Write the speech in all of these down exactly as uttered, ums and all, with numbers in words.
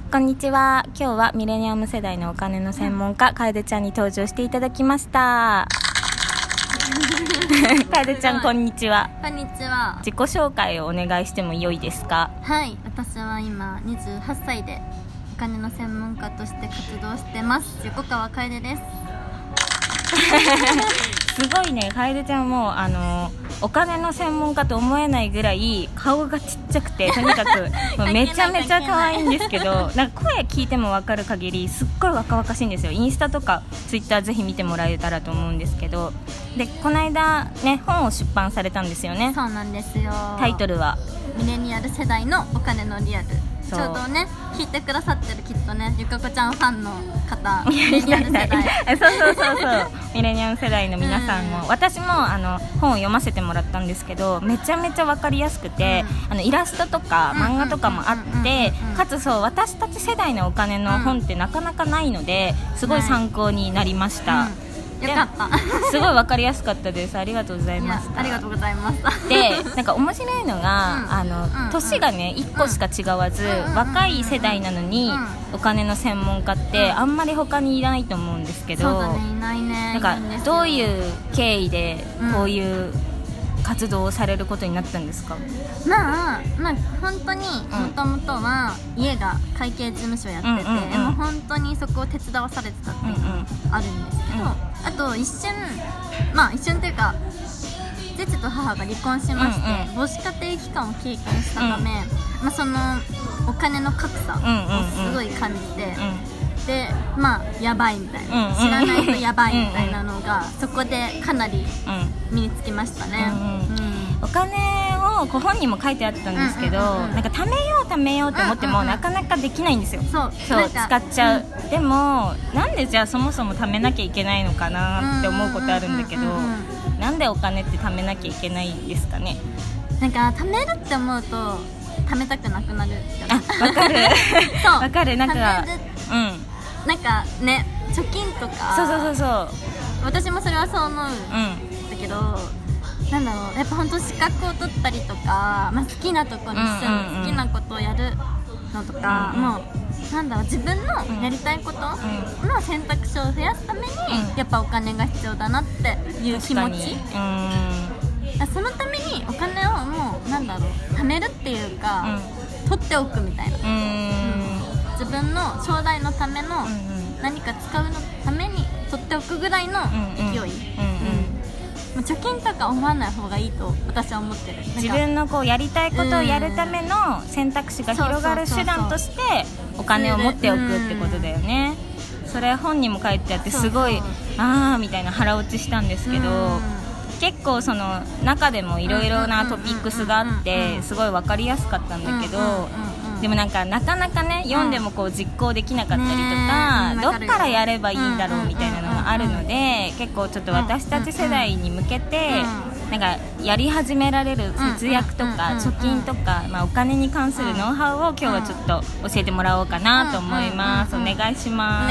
こんにちは。今日はミレニアム世代のお金の専門家、楓ちゃんに登場していただきました楓ちゃんこんにちは。 こんにちは。 自己紹介をお願いしてもよいですか？ はい、私は今にじゅうはっさいでお金の専門家として活動してます。横川楓ですすごいね、楓ちゃんもあのお金の専門家と思えないぐらい顔がちっちゃくて、とにかくもうめちゃめちゃ可愛いんですけど、なんか声聞いても分かる限りすっごい若々しいんですよ。インスタとかツイッターぜひ見てもらえたらと思うんですけど、でこの間ね本を出版されたんですよね。 そうなんですよ。 タイトルはミレニアル世代のお金のリアル。ちそうょうどね聞いてくださってるきっとねゆかこちゃんファンの方、ミレニアル世代そうそうそうそうミレニアム世代の皆さんも、うん、私もあの本を読ませてもらったんですけど、めちゃめちゃ分かりやすくて、うん、あのイラストとか漫画とかもあって、かつそう私たち世代のお金の本ってなかなかないので、すごい参考になりました、 はいうんよかったすごい分かりやすかったです。ありがとうございました。 ありがとうございましたでなんか面白いのが、うん、あの、うん、年がねいっこしか違わず、うん、若い世代なのに、うん、お金の専門家ってあんまり他にいないと思うんですけど、 そうだね、いないね。 なんかどういう経緯でこういう活動をされることになったんですか？ まあ、まあ本当にもともとは家が会計事務所やってて、うんうんうん、でも本当にそこを手伝わされてたっていうのがあるんですけど、うんうん、あと一瞬まあ一瞬というか父と母が離婚しまして、うんうん、母子家庭期間を経験したため、うんまあ、そのお金の格差をすごい感じて、うんうんうん、でまあやばいみたいな、うんうん、知らないとやばいみたいなのがそこでかなり身につきましたね、うんうんうん、 お金をこう本にも書いてあったんですけど、うんうんうんうん、なんか貯めよう貯めようと思っても、うんうんうん、なかなかできないんですよ。そうそう使っちゃう、うん、でもなんでじゃあそもそも貯めなきゃいけないのかなって思うことあるんだけど、うんうんうんうん、なんでお金って貯めなきゃいけないんですかね？ なんか貯めるって思うと貯めたくなくなるよね。 あ、わかるそうわかる。なんか貯める、うん、なんかね貯金とかそうそうそうそう私もそれはそう思うんだけど、うん、なんだろうやっぱ本当資格を取ったりとか、まあ、好きなとこに住む、うんうんうん、好きなことをやるのとか、うんうん、もうなんだろう自分のやりたいことの選択肢を増やすために、うん、やっぱお金が必要だなっていう気持ち、うん、そのためにお金をもうなんだろう貯めるっていうか、うん、取っておくみたいな、うんうん、自分の将来のための何か使うのために取っておくぐらいの勢い、うんうんうんうん、貯金とか思わない方がいいと私は思ってる。 自分のこうやりたいことをやるための選択肢が広がる手段としてお金を持っておくってことだよね。それ本にも書いてあってすごいあーみたいな腹落ちしたんですけど、結構その中でもいろいろなトピックスがあってすごい分かりやすかったんだけど、でもなんかなかなかね読んでもこう実行できなかったりとか、ね、どっからやればいいんだろうみたいなのがあるので、結構ちょっと私たち世代に向けてなんかやり始められる節約とか貯金とか、まあ、お金に関するノウハウを今日はちょっと教えてもらおうかなと思います。お願いします。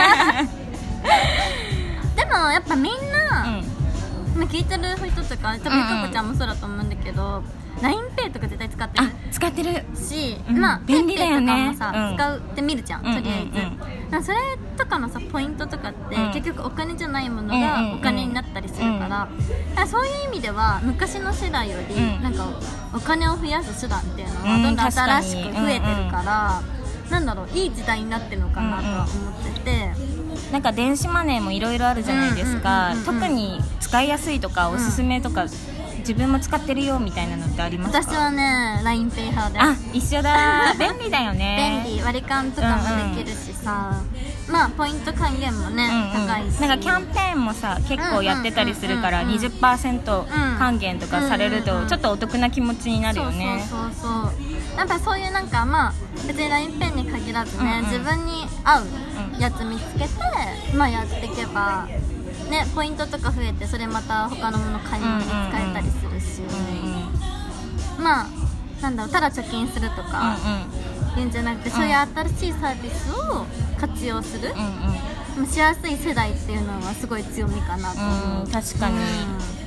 でもやっぱみんな、うん、聞いてる人とか多分かこちゃんもそうだと思うんだけど、ラインペイ とか絶対使ってる。 あ、使ってるし、 うん、 まあ便利だよね。 ペイペイとかもさ、うん、使うって見るじゃん、とりあえず、うんうんうん、それとかのさポイントとかって、うん、結局お金じゃないものがお金になったりするから、うんうん、そういう意味では昔の世代より、うん、なんかお金を増やす手段っていうのはどんどん新しく増えてるから、うんうん、なんだろういい時代になってるのかなとは思ってて、 うんうん、なんか電子マネーもいろいろあるじゃないですか。特に使いやすいとかおすすめとか、うん、自分も使ってるよみたいなのってありますか？ 私はね ラインペイ 派で。 あ、一緒だ便利だよね便利、割り勘とかもできるしさ、うんうん、まあポイント還元もね、うんうん、高いし、 なんかキャンペーンもさ結構やってたりするから にじゅっパーセント 還元とかされるとちょっとお得な気持ちになるよね。 そうそうそうそう、やっぱそういうなんかまあ別に ラインペイ に限らずね、うんうん、自分に合うやつ見つけて、まあやっていけばね、ポイントとか増えてそれまた他のもの買い物に使えたりするし、うんうんうん、まあなんだろうただ貯金するとか言うんじゃなくて、そういう新しいサービスを活用する、うんうん、しやすい世代っていうのはすごい強みかなと思う、 うん、確かに、うん、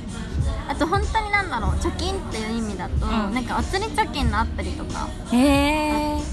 あと本当になんだろう、貯金っていう意味だと、うん、なんかお釣り貯金のアプリとかへあって、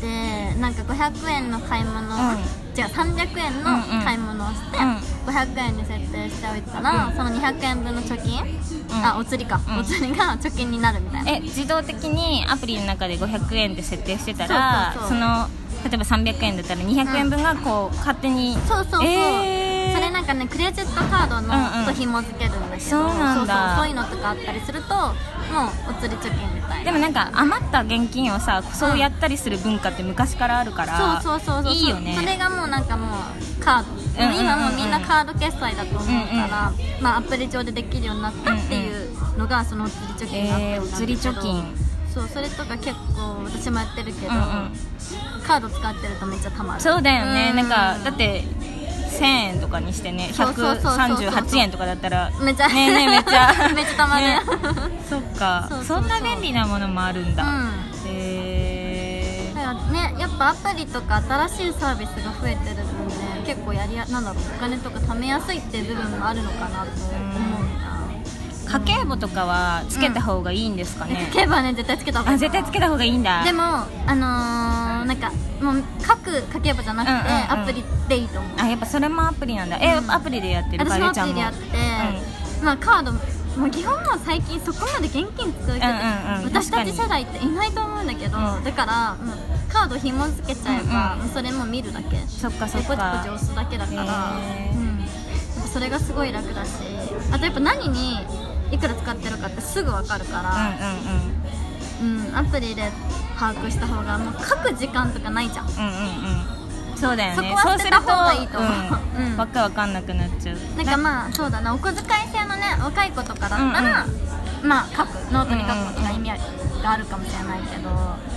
なんかごひゃくえんの買い物、うん、じゃあさんびゃくえんの買い物をして、うんうん、ごひゃくえんに設定しておいたら、うん、そのにひゃくえんぶんの貯金、うん、あお釣りか、うん、お釣りが貯金になるみたいな。 え自動的にアプリの中でごひゃくえんで設定してたら、そうそうそう、その例えばさんびゃくえんだったらにひゃくえんぶんがこう、うん、勝手に、 そうそうそう、えー、それなんかねクレジットカードの、うんうん、と紐付けるんだけど、そうなんだ、そうそう、そういうのとかあったりするともうお釣り貯金みたいな。 でもなんか余った現金をさそうやったりする文化って昔からあるから、 うん、そうそうそうそう、いいよね。それがもうなんかもうカード、うんうんうんうん、今もうみんなカード決済だと思うから、うんうん、まあアプリ上でできるようになったっていうのがそのお釣り貯金のアプリなんだけど、えー、お釣り貯金、そう、それとか結構私もやってるけど、うんうん、カード使ってるとめっちゃたまる。そうだよね、 うん、なんかだってせんえんとかにしてねひゃくさんじゅうはちえんとかだったらめっちゃねえねえめっちゃめっちゃたまる、ね、 そっか、そうそうそう、そんな便利なものもあるんだ、うん、へえ。だからね、やっぱアプリとか新しいサービスが増えてる分ね、結構やりやなんだろう、お金とか貯めやすいっていう部分もあるのかなと思うな。 家計簿とかはつけた方がいいんですかね。 うん、家計簿はね絶対つけた方がいい。 あ、絶対つけた方がいいんだ。 でもあのー、なんかもう各家計簿じゃなくて、うんうんうん、アプリでいいと思う。 あ、やっぱそれもアプリなんだ。え、うん、アプリでやってる。 私もアプリでやってて、うん、まあカードもう基本も最近そこまで現金使う人って、うんうんうん、私たち世代っていないと思うんだけど、うん、だからもうカード紐付けちゃえば、うんうん、それも見るだけ。 そっかそっか。 ポチポチ押すだけだから、うん、それがすごい楽だし、あとやっぱ何にいくら使ってるかってすぐ分かるから、うんうんうん、うん、アプリで把握した方がもう書く時間とかないじゃん。うんうんうん、そうだよね。そこは捨てた方がいいと思う。うんうん、ばっか分かんなくなっちゃう。 なんかまあそうだな、お小遣い制のね若い子とかだったら、うんうん、まあ書くノートに書くことが意味があるかもしれないけど、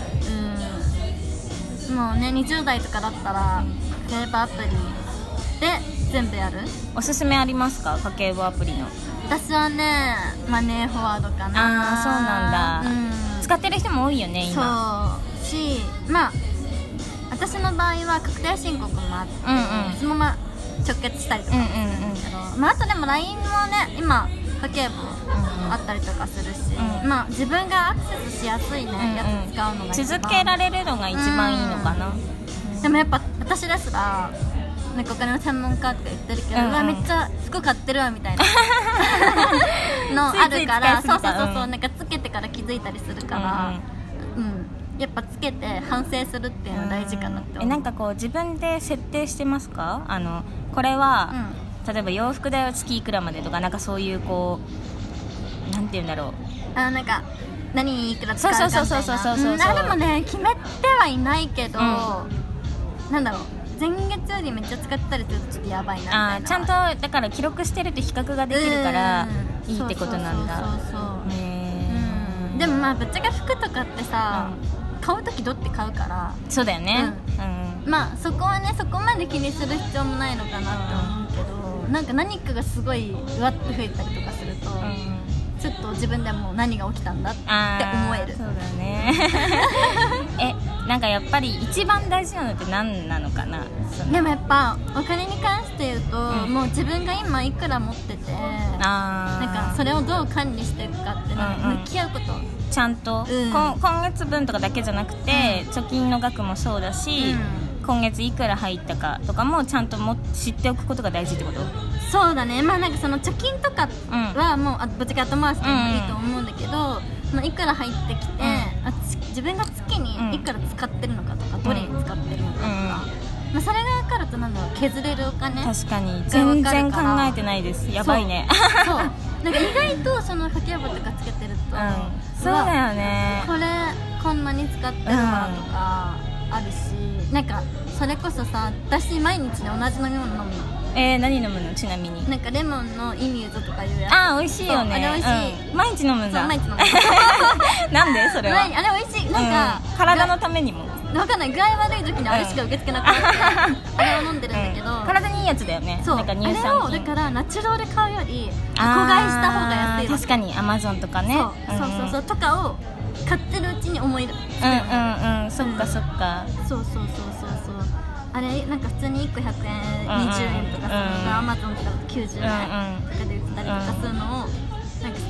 うん、もうねにじゅう代とかだったら家計簿アプリで全部やる。 おすすめありますか、家計簿アプリの。 私はねマネーフォワードかな。 あー、そうなんだ、うん、使ってる人も多いよね今。 そうし、まあ私の場合は確定申告もあって、うんうん、そのまま直結したりとかもするんだけど、うんうんうん、まあ、あとでも ライン もね今家計簿あったりとかするし、うんうん、まあ自分がアクセスしやすいね、うんうん、やつ使うのが一番続けられるのが一番いいのかな、 うん、でもやっぱ私ですらなんかお金の専門家って言ってるけど、うんうん、うわめっちゃ服買ってるわみたいなのあるからそうそうそうそう、うん、なんかつけてから気づいたりするから、うん、うん、やっぱつけて反省するっていうの大事かなって思う。 え、なんかこう自分で設定してますか？あのこれは、うん、例えば洋服代は月いくらまでとか、なんかそういうこうなんていうんだろう、 あ、なんか何にいくら使うかみたいな。 そうそうそうそうそうそう、 うん、あでもね決めてはいないけど、うん、なんだろう、前月よりめっちゃ使ったりするとちょっとやばいなみたいな。 あ、ちゃんとだから記録してると比較ができるからいいってことなんだ。そうそうそうそう、ね、 うん、でもまあぶっちゃけ服とかってさ、うん、買うときどって買うから。 そうだよね、 うんうん、まあそこはねそこまで気にする必要もないのかなって思うけど、うん、なんか何かがすごいうわって増えたりとかすると、うん、ちょっと自分でも何が起きたんだって思える。 そうだねえ、なんかやっぱり一番大事なのって何なのかな。 でもやっぱお金に関して言うと、うん、もう自分が今いくら持ってて、あ、なんかそれをどう管理していくかってなんか向き合うこと、うんうん、 ちゃんと、うん、今, 今月分とかだけじゃなくて、うん、貯金の額もそうだし、うん、今月いくら入ったかとかもちゃんとも知っておくことが大事ってこと？ そうだね。まあなんかその貯金とかはもう、うん、ぶっちゃけ後回しでもいいと思うんだけど、うんうん、まあ、いくら入ってきて、うん、あ自分が月にいくら使ってるのかとか、うん、どれに使ってるのかとか、うん、まあ、それが分かるとなんだろう、削れるお金。 確かに全然考えてないです。やばいね。 そう、そうなんか意外とその家計簿とかつけてると、うん、 そうだよね、 これこんなに使ってるわとかあるし、うん、なんかそれこそさ、私毎日ね同じ飲み物飲むの。 えー、何飲むの？ちなみになんかレモンのイミューズとかいうやつ。 あー、美味しいよね。 あれ美味しい、 うん、毎日飲むんだ。 そう、毎日飲むなんでそれは？ あれ美味しい。なんか、 うん、体のためにも分かんない、具合悪い時にあれしか受け付けなくて、うん、あれを飲んでるんだけど、うん、 体にいいやつだよね。 そう、 なんか乳酸菌。 あれをだからナチュラルで買うより小買いした方が安い。 確かにアマゾンとかね。 そう、うん、そうそうそうとかを買ってるうちに思い出す。 うんうんうん、そっかそっか、 うん、そうそうそうそうそう。あれなんか普通にいっこひゃくえん、にじゅうえんとかするのがアマゾンとかだときゅうじゅうえんとかで売ったりとかするのを、なんかその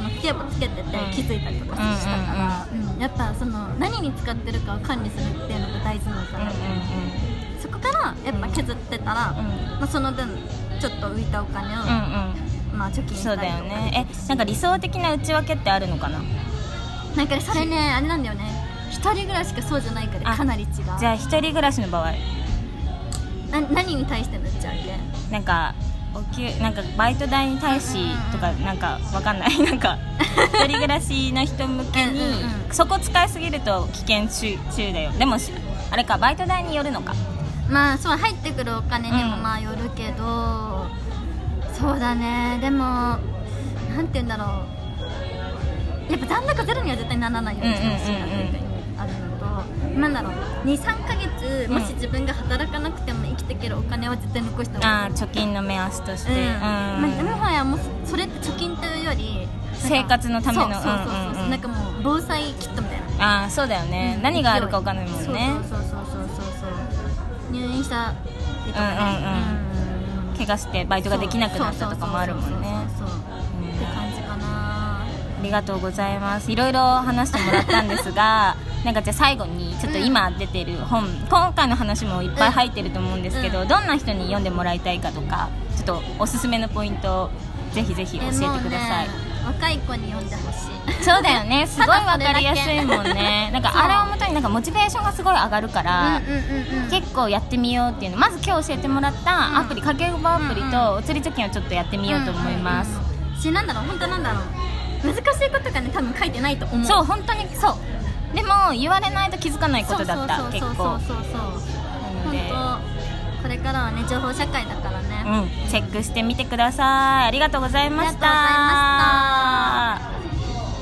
の家計簿つけてて気づいたりとかしたから、うんうん、やっぱその何に使ってるかを管理するっていうのが大事なのかな、うんうんうん、そこからやっぱ削ってたら、うんまあ、その分ちょっと浮いたお金を、うんうんまあ、貯金したりとか。そうだよね。えなんか理想的な内訳ってあるのかな。なんかそれねあれなんだよね、一人暮らしかそうじゃないからかなり違う。 じゃあ一人暮らしの場合な何に対しての内訳、 なんかお給なんかバイト代に対しとかなんかわかんないなんか一人暮らしの人向けにうん、うん、そこ使いすぎると危険中中だよ。でもあれかバイト代によるのか。 まあそう入ってくるお金にもまあよるけど、うん、そうだね。でもなんて言うんだろう、やっぱ残高ゼロには絶対ならないようにしてほしいなっていうかあるのと、なんだろう にさんかげつもし自分が働かなくても生きていけるお金は絶対残した方がいい。 あ貯金の目安として、うんうんまあ、もはやもうそれって貯金というより生活のためのそうそうそうそう、うんうん、なんかもう防災キットみたいな。あそうだよね、うん、何があるか分かんないもんね。 そうそうそうそうそうそう入院したりとかね、 うんうんうん、怪我してバイトができなくなったとかもあるもんね。 そうって感じかな。 ありがとうございます。いろいろ話してもらったんですがなんかじゃあ最後にちょっと今出てる本、うん、今回の話もいっぱい入ってると思うんですけど、うん、どんな人に読んでもらいたいかとかちょっとおすすめのポイントをぜひぜひ教えてください。 若い子に読んでほしい。 そうだよねすごい分かりやすいもんねなんかあれをもとになんかモチベーションがすごい上がるから、うんうんうんうん、結構やってみようっていうのまず今日教えてもらったアプリ、うん、家計簿アプリとお釣り貯金をちょっとやってみようと思います、うんうんうん、 しなんだろう本当なんだろう難しいことがね多分書いてないと思う。 そう本当にそうでも言われないと気づかないことだった結構。そうそうそうそう本当これからはね情報社会だからね、 うん、チェックしてみてください。ありがとうございました。 ありがとうございました。